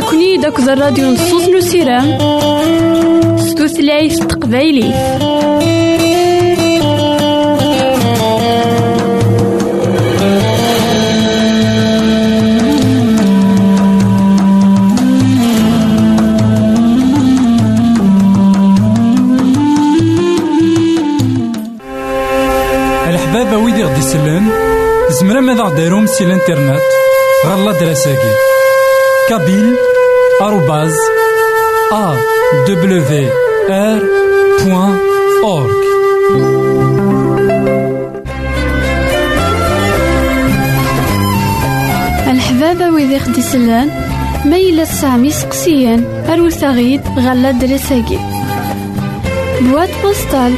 نكوني داك الراديو نصوص نسيران ستوثلايف تقبايلي. الحبابة ويدي غدي يسلن زمرا ماذا غديرهم سي الانترنت غالا دراساكي kabyle@awr.org. الحبابة ويدي غدي يسلن ما إلا سامي سقسيان أروثاغيد غالا دراساكي boîte postale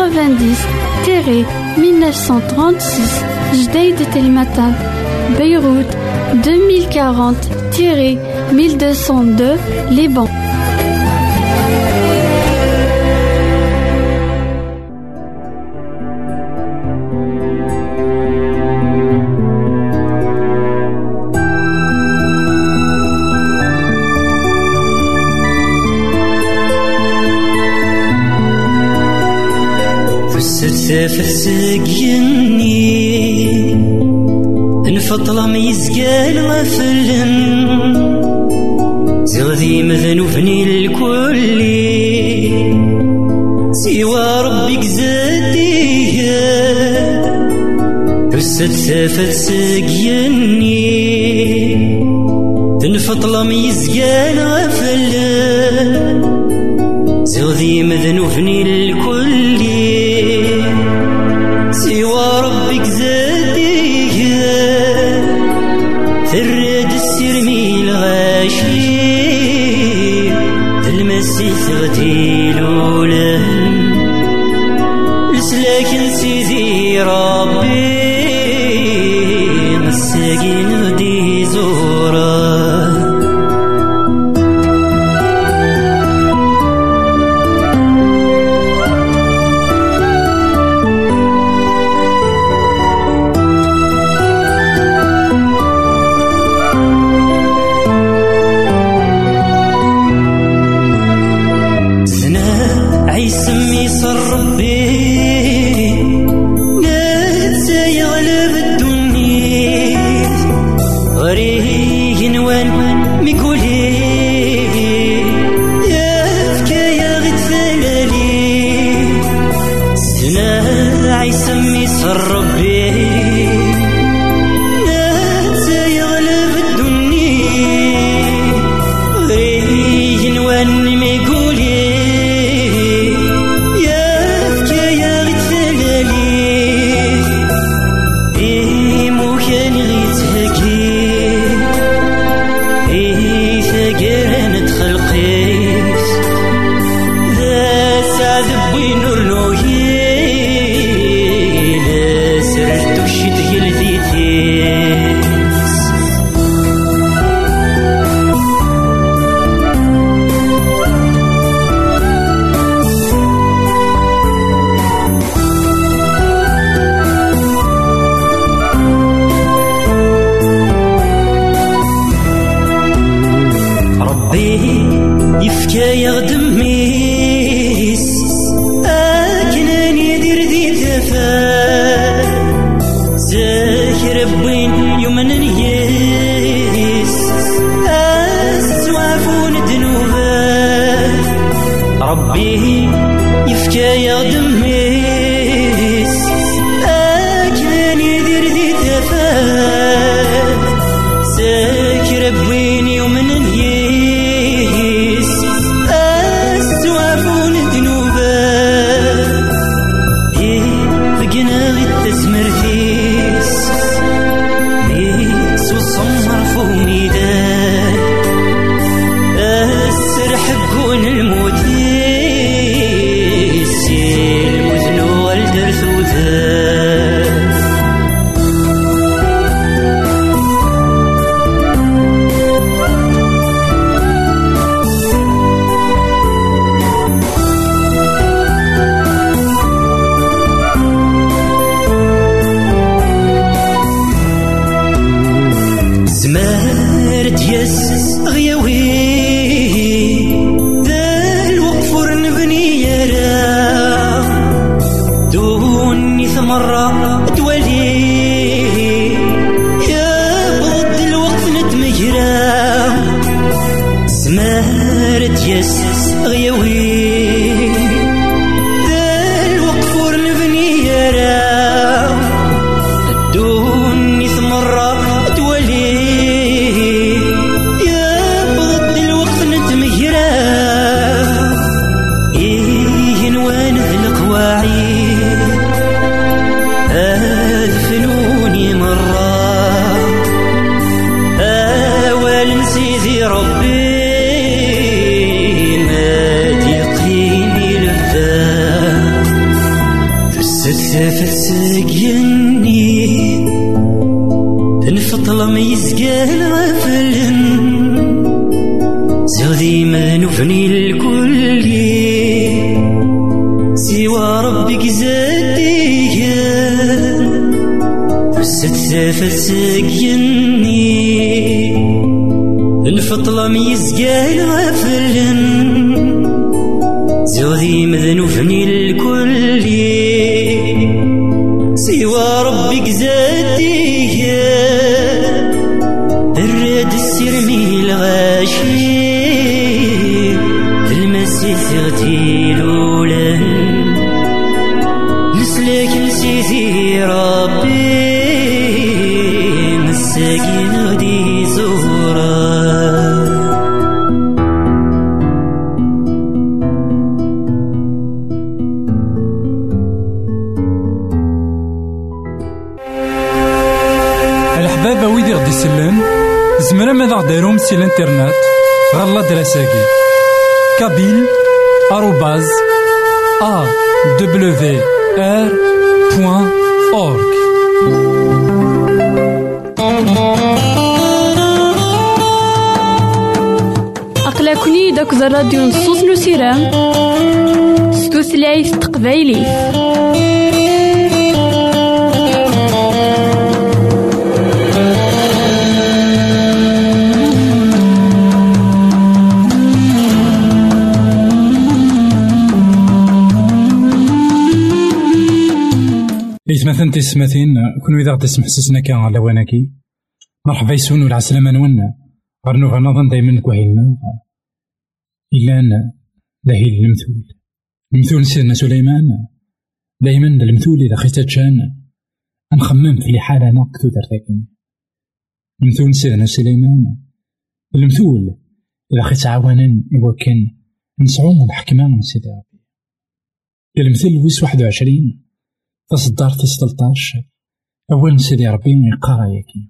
90-1936 Jdeï de Telmatan, Beyrouth 2040-1202 Liban. فسقيني انفطلة ميزقال غفلن زغذي مذنوبني الكل سوى ربك زاديها فسقيني انفطلة ميزقال غفلن زغذي مذنوبني الكل سوى ربك زاديها ثرد السرمي الغاشي المسيس غتيلولا لسلاكن سيدي ربي مساكين غدي زورا زمار دياس غياوي الفضل ميزقال غفلن زودي منوفني الكل سوى ربك زادي ستسافسقيني الفضل ميزقال غفلن زودي مذنوفني الكل سوى ربك زادي برد السرمي الغاشي في المسيس اغتيلولا نسلك نسيتي ربي مساكين غدي زورا الحبابة ويدي غدي يسلم زمرا ماذا غديرهم سي الانترنت غالا دراساكي kabyle@awr.org. أقلكني داك الراديو نصوص نسيرام ستوثلايف تقبايلي. مثلا تسمتين كون إذا غدي تسمح سسنا كان على واناكي مرحبا يسون والعسلامة نوانا غرنو غنظن دايما كوهيلنا إلا أن لاهي المثول سيدنا سليمان دايما المثول إذا خيتا تشان نخمم في حالة أنا كتو درتاكين المثول سيدنا سليمان المثول إذا خيتا عوانا إوا كان نسعوم الحكمة من سيدي ربي المثل ويس 21 تصدر في 13 أول سيدي ربي يقرا ياكي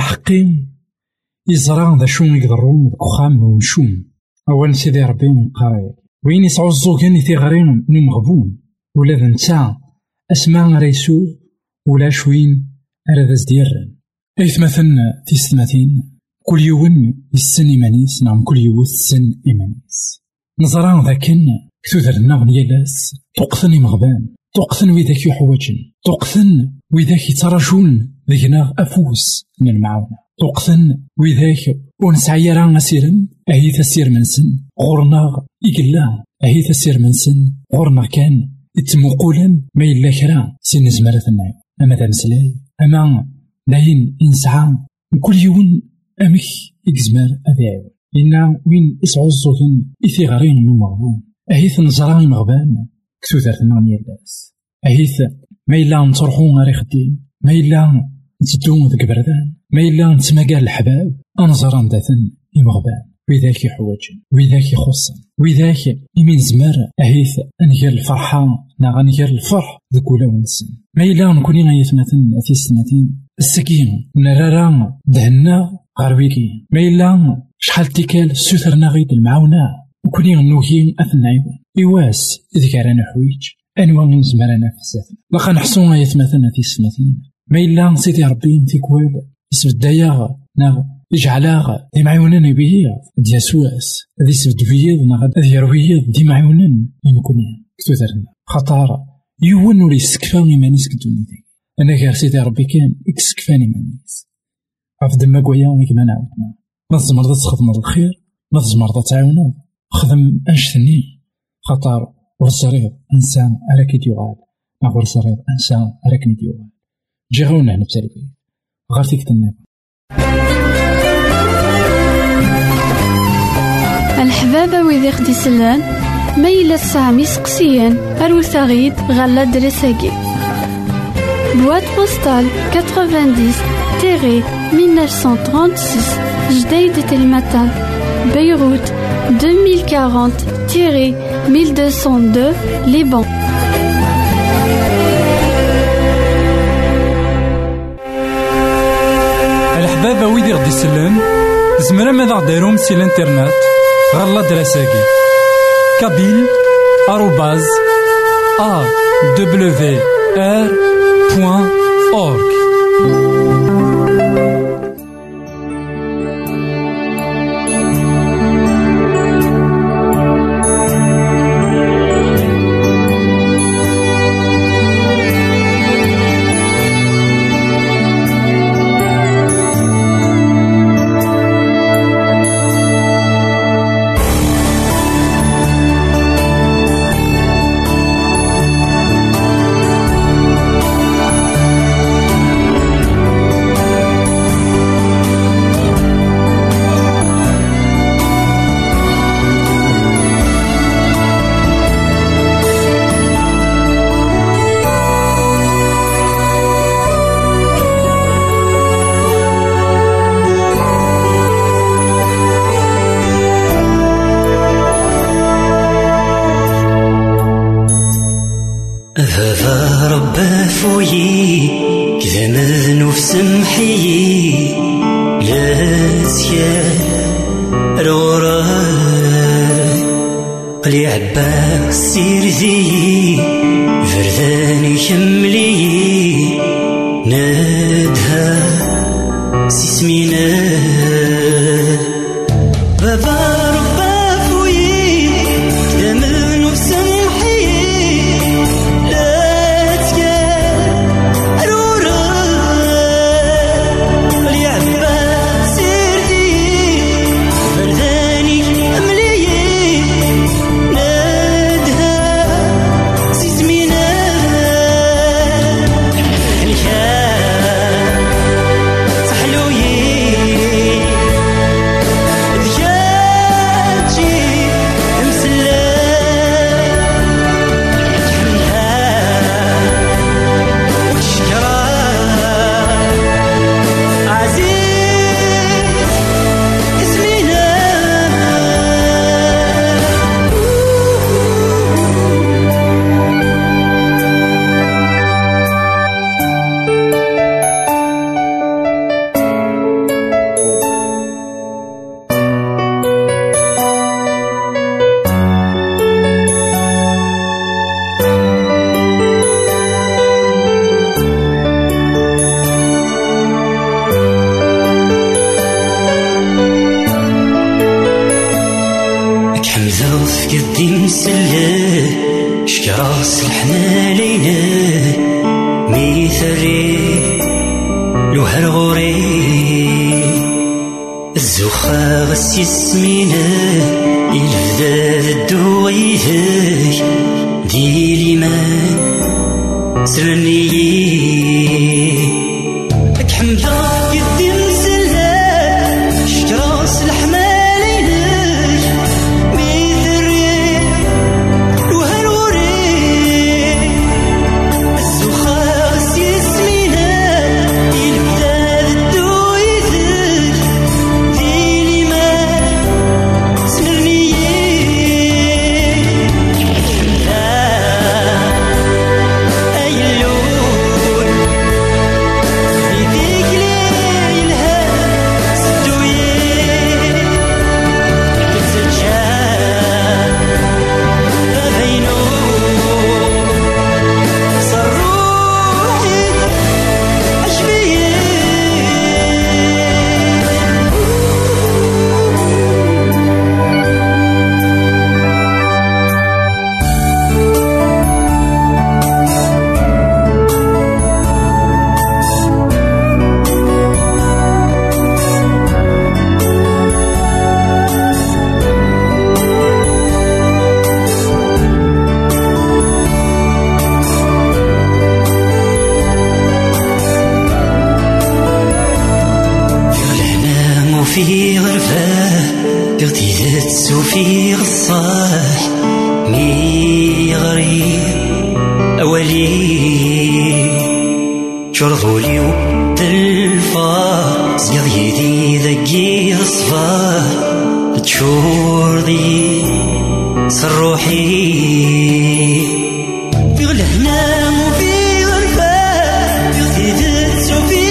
حقي يزرع ذا شو يقدرون خام ومشوم أول سيدي ربي يقرا ياكي وين يسعو الزوجين يتيغرين نمغبون ولا ذا نتا أسماء ريسو ولا شوين أرادز ديرن أيث مثلا في ستماتين كل يوم يسن إيمانيس نعم كل يوم يسن إيمانيس نزرع ذا كن كتوثر النغم يلاس تقثني مغبان تقثن ويداك يحوجن تقثن ويداك يترجون ذينا أفوس من المعاونة تقثن ويداك ونسعي راه أسيرن أهي تسير من سن غورنا إقلا أهي تسير من سن غورنا كان يتمقولا ما إلا كرا سن زمرة النعيم أما تمسلاي أما داين إنسعى كل يوم أمك إكزمار أذيعو إنا وين إسعو الزوجين إثيغارين المغبون أهي تنزراني مغبان كتوثر النغنية اللاس أهيث ما إلا نترحون غير خديم ما إلا نتدون ذك بردان ما إلا نتماقال الحباب أنظران داثن يمغبان وذاك يحوجن وذاك يخصن وذاك يمين زمر أهيث أنجر الفرحة نغنجر الفرح ذك ولا ونسن ما إلا نكوني غيثمثن أثي السنتين السكين نرارا دهنا غربيكي ما إلا شحال تيكال سوثرنا غيد المعاونة وكوني غنوكي أثنايوان إواس ذكرنا حويج أنواع من زمرنا في الزثن لقا نحسون يتمثلنا في السنتين ما إلا سيدي ربي في كوال يسبد داياغ ناغ يجعلاغ دي معيونان يبيض دي يسواس دي يسبد بيض ناغ دي يرويض دي معيونان يمكنين كتوثرنا خطارة يوون ولي يسكفاني مانيس كدوني ذي أنا غير سيدي ربي كان يكسكفاني مانيس عفد ما قويا ويكما نعود ما تزمر ذا تخدم الخير ما تزمر ذا تعاونات خدم أنشتني خطر ورصريض إنسان أراكي ديوغال ما ورصريض إنسان أراكني ديوغال جيغونا نبتالي غارتيك تنبا الحبابة ويدي خدي سلان ميلا السامي سقسيان أروساغيد غالا دريساكي بواد بوستال 90-1936 جديد تلمتان بيروت 2040-1202 Liban. الحبابة ويدي غدي يسلم زمرا ماذا غديرهم سي الانترنت غالا دراساكي kabyle@awr.org. حملي لاسيا الغراب قلي عباك سيرزي فرداني حملي نادها سيسمينا بابا شكراس الحمالينا ميثري لوهر غوري الزخا غسي سمينا يلفذا الدويثي ديلي ما سرني لك حمدا يدي مسلا شكراس الحمالينا في غرفة اغتيزت سوفي غصاح مي غريب أولي شرغولي وبالفار زياد يدي ذكي الصفار تشور ذي صروحي في غلهنا وفي غرفة اغتيزت سوفي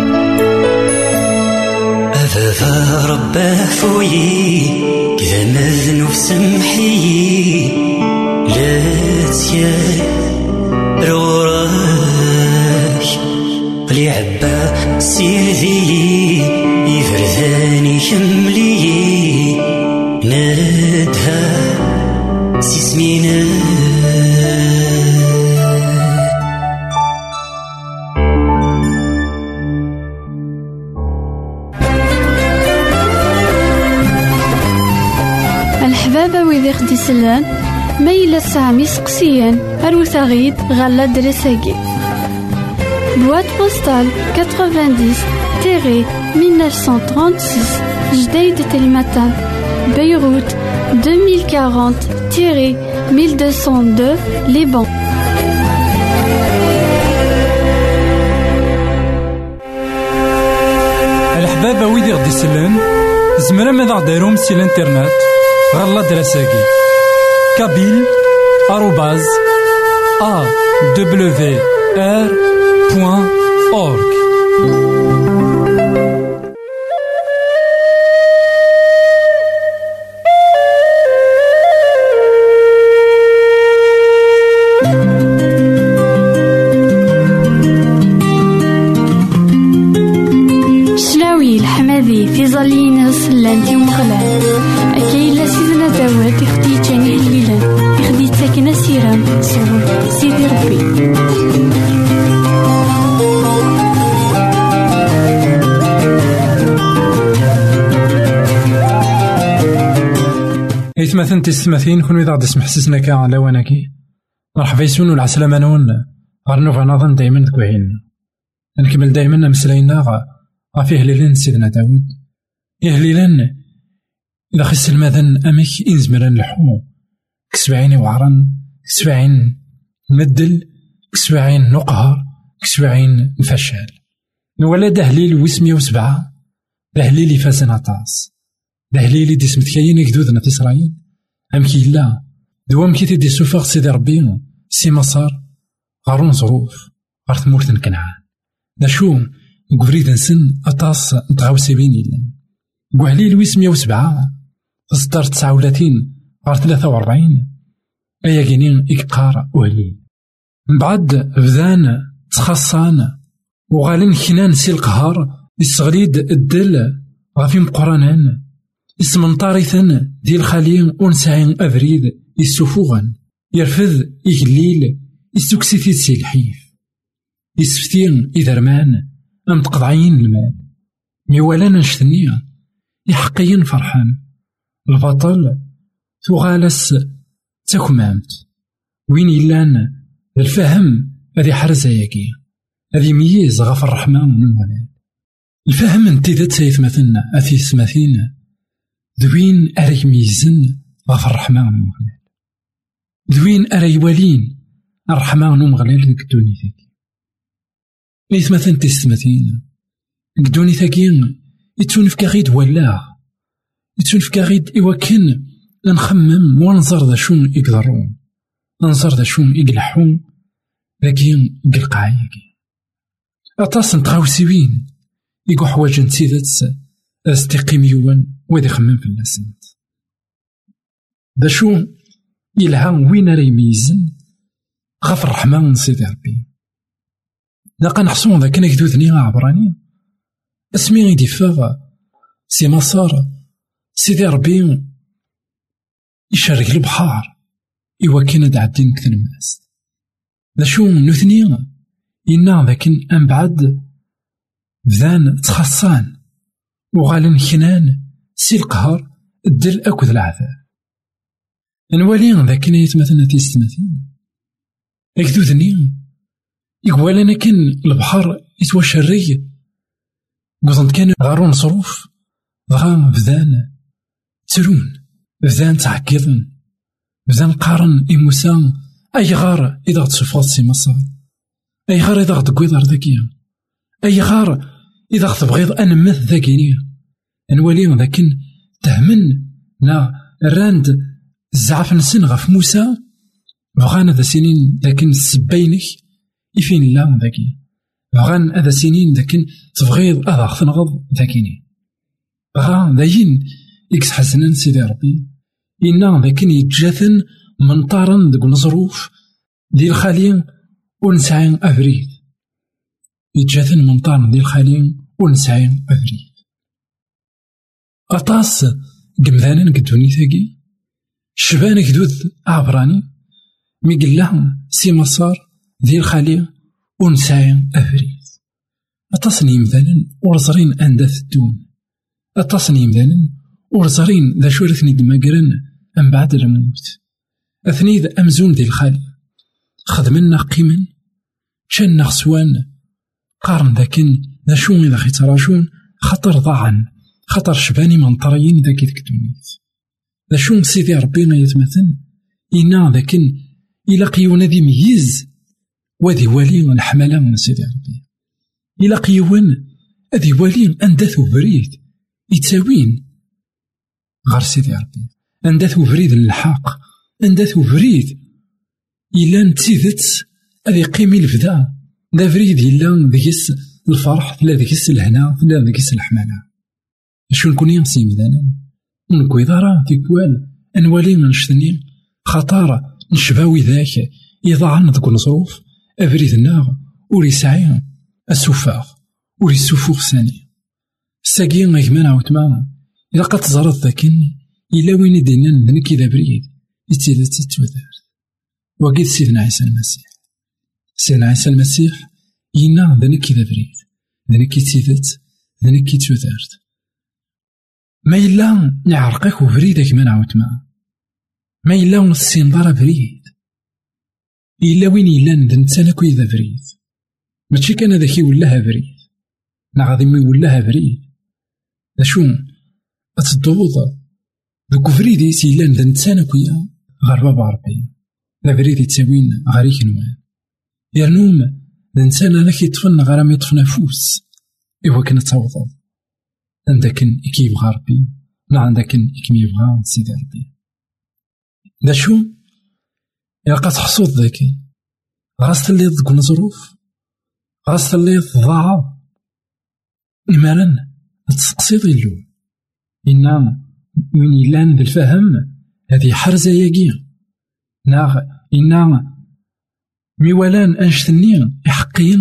رباه فوي كذا ما ذنوب سمحي لا روراك قلي عبا سيدي يفرثاني كملي نادها سيسمينا الحبابة ويدي خدي سلان ميلا سامي سقسيان أروثاغيد غالا دريساكي بواد بوستال 90-1936 جديد تلمتان بيروت 2040-1202 لبنان. الحبابة ويدي غدي سلان زمرا ماذا غديرهم سي الانترنت غالا دراساكي kabyle@awr.org. شلاوي الحمادي في ظلين سلانتي ومغلال أكيلا سيدنا داود يخدي جاني الليلان يخدي تاكنا سيران سرور سيدي ربي. إثمثن تستمثين كون إذا غدي سمح سسنا كا على وناكي مرحبا يسون والعسلامة نون غرنوفا نظن دايما ذكوهيلنا نكمل دايما مسلاينا غافيه ليلان سيدنا داود يهليلان إذا خس المذن أمك إنزمران لحومو كسبعين وعرن كسبعين مدل كسبعين نقهر كسبعين نفشل ولا دهليل وسمية وسبعة دهليل يفازن عطاس دهليل دي سمتكاين يكدودنا في إسرائيل أمكي لا دوام كي تدي سوفاغ سيدي ربي سي مصار غارون ظروف غار ثمورت كنعان دا شو قفريد نسن أطاس نتغاوسي بين إلا قوهليل وسمية وسبعة إصدار 39 غار 43 أيا كينين إكقار وهليل من بعد بدان تخصان وغالين كنان سي القهار الصغريد الدل غافي مقرانان اسم طارثا ديال الخليل ونسعين أفريد يسوفوغن يرفذ إغليل يسوكسيتي سي الحيف يسفتين إذرمان أم تقضعين المال ميوالانا نشتنيا يحقين فرحان البطل ثغالس تكمامت وين إلان الفهم هذي حرزة ياكي هذي ميز غف الرحمن من ولاد الفهم انتي سيث مثلنا أثي سمثين ذوين أري ميزن غف الرحمن من ولاد ذوين أري ولين الرحمن من ولاد لكدوني ثاكي إيث مثل تسمثين كدوني ثاكين يتون في كاغيد ولا يتون في كاغيد إوكن نخمم وننظر ذا شون يقدرون ننظر ذا شون يقلحون لكن قلقايكي أطاس نتغاوسيوين يقو حواج نسيدت استقيميوان وذي خمم في اللاسنت ذا شو يلها وين راه يميزن غف الرحمن سيدي ربي لقا نحسون ذا كان يكدوذني عبراني اسمي غيدي فاغ سي مصار سيدي ربي يشارك البحار إوا كان دعدين كثر الناس ذا شو نثني إنا ذاكن أم بعد بذان تخصان وغالن خنان سي القهر الدل أكد العذاب نوالي ذاكن يتمثلنا تيستمثين يكدوذني يقوالنا كان البحر يتوا شري قصد كان غارون صروف ضغام بذان ترون بذان تعكيضن بذان قارن إموسان أي غار إذا تصفات سي مصر أي غار إذا غتقويض ذاكيا أي غار إذا غتبغيض أنمث ذاكينيا نوالي ذاكن تهمن نا الراند الزعف نسن غف موسى بغانا ذا سنين ذاكن السبينك يفين الله ذاكي بغان هذا سنين ذاكن تبغيض أذا غتنغض ذاكيني بغا ذاين إكس حسنان سيدي ربي إنا ذاكن يتجاثن من طارن ديك الظروف ديال الخالين ونسعين أفريد، يتجاثن من طارن ديال الخالين ونسعين أفريد. أطاس قمذانا قدوني ثاقي شبان كدود عبراني ميقل لهم سي مصار ديال الخالين ونسعين أفريد. أتصني مثلا ورزرين أنداث الدون، أتصني مثلا ورزرين ذا شورثني دماقرن أم بعد الموت، أثني ذا أمزون ديال الخالي خدمنا قيمن شان خسوان قارن ذاكن ذا شون إذا خيتراشون خطر ضاعن خطر شباني من طريين ذاك الدنيت ذا شون سيدي ربينا يتمثل إنا ذاكن إلا قيونا ذي ميز وذي والي الحملة من سيدي ربي إلا قيوان أذي والي أنداثو بريد يتساوين غير سيدي ربي، أنداثو بريد الحق، أنداثو بريد إلا نتيذت أذي قيمي الفدا ذا بريد إلا ذكس الفرح لا ذكس الهنا لا ذكس الحملة. شو نكون يمسي مذانا نكو إذا تيكوال أنوالي نشتني خطارة نشباوي ذاك إذا عنا ذكو نصروف أبريد النار وريسعين السفاغ وريسوفوغ ثاني الساقين غيمان عوتما إذا قد تزرد ذاكن إلا وين يدينا ندنك إذا بريد يتيذت تتوذرت. وقيد سيدنا عيسى المسيح، سيدنا عيسى المسيح ينا ذنك إذا بريد ذنك يتيذت ذنك يتوذرت. ما إلا نعرقك وبريدك من عوتما، ما إلا نسينضار بريد إلا وين إلا ندنتانك إذا بريد ماشي كان ذاكي ولاها بريد نعظمي ولاها بريد لشون أتدوض ذوك فريدي سيلا ندنتانك ويا غير بابا ربي لا بريد يتساوين غاريك نوان يرنوم الإنسان ذاك يطفن غير ما يطفن فوس إوا كنا تعوض عندكن كي يبغى ربي لا عندكن كي يبغى سيدي ربي. دا شو يلقى تحصود ذاك غاست اللي تكون ظروف غاست اللي تضاعف إمالا تسقسيض اللو إنا من يلان بالفهم هذه حرزة ياقية ناغ إنا ميوالان أنشتنين يحقين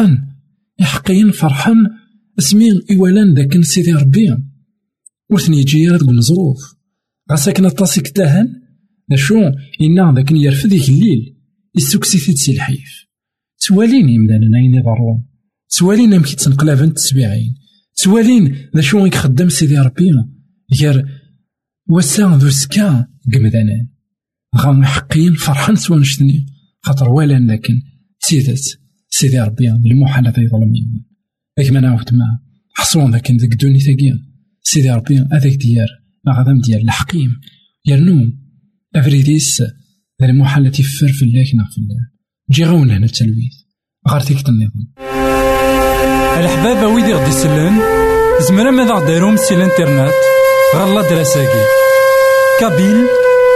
فرحان اسمين إيوالان ذاك سيدي ربي وثني جيرات قل ظروف غاساكنا طاسك تاهن شو إنا ذاك يرفديك الليل السكسي تتسي الحيف تواليني مدانا عيني ضرون توالين مكي تنقلابن تسبيعين توالين ذا شو يخدم سيدي ربي غير وسان ذو سكا قمدانا غام حقين فرحان سوا نشتني خاطر والان لكن تيدت سيدي ربي المحال هذا يظلمي لكن أنا عاودت ما حصون ذاك ذاك دوني ثقيل سيدي ربي هذاك ديار ما غادم ديال الحقيم يرنوم أفريديس المحال تفر في الله كنا في الله جي غون هنا التلويث غارتيك النظام الحبابة ويدي غدي يسلن زمرا ماذا غديرهم سي الانترنت غالا دراساكي كابيل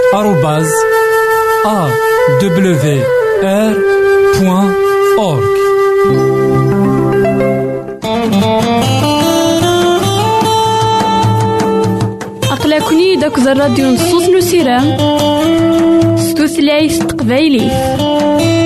@awr.org. أقلكني داك الراديو نصوص نسيرام ستوثلايف تقبايلي.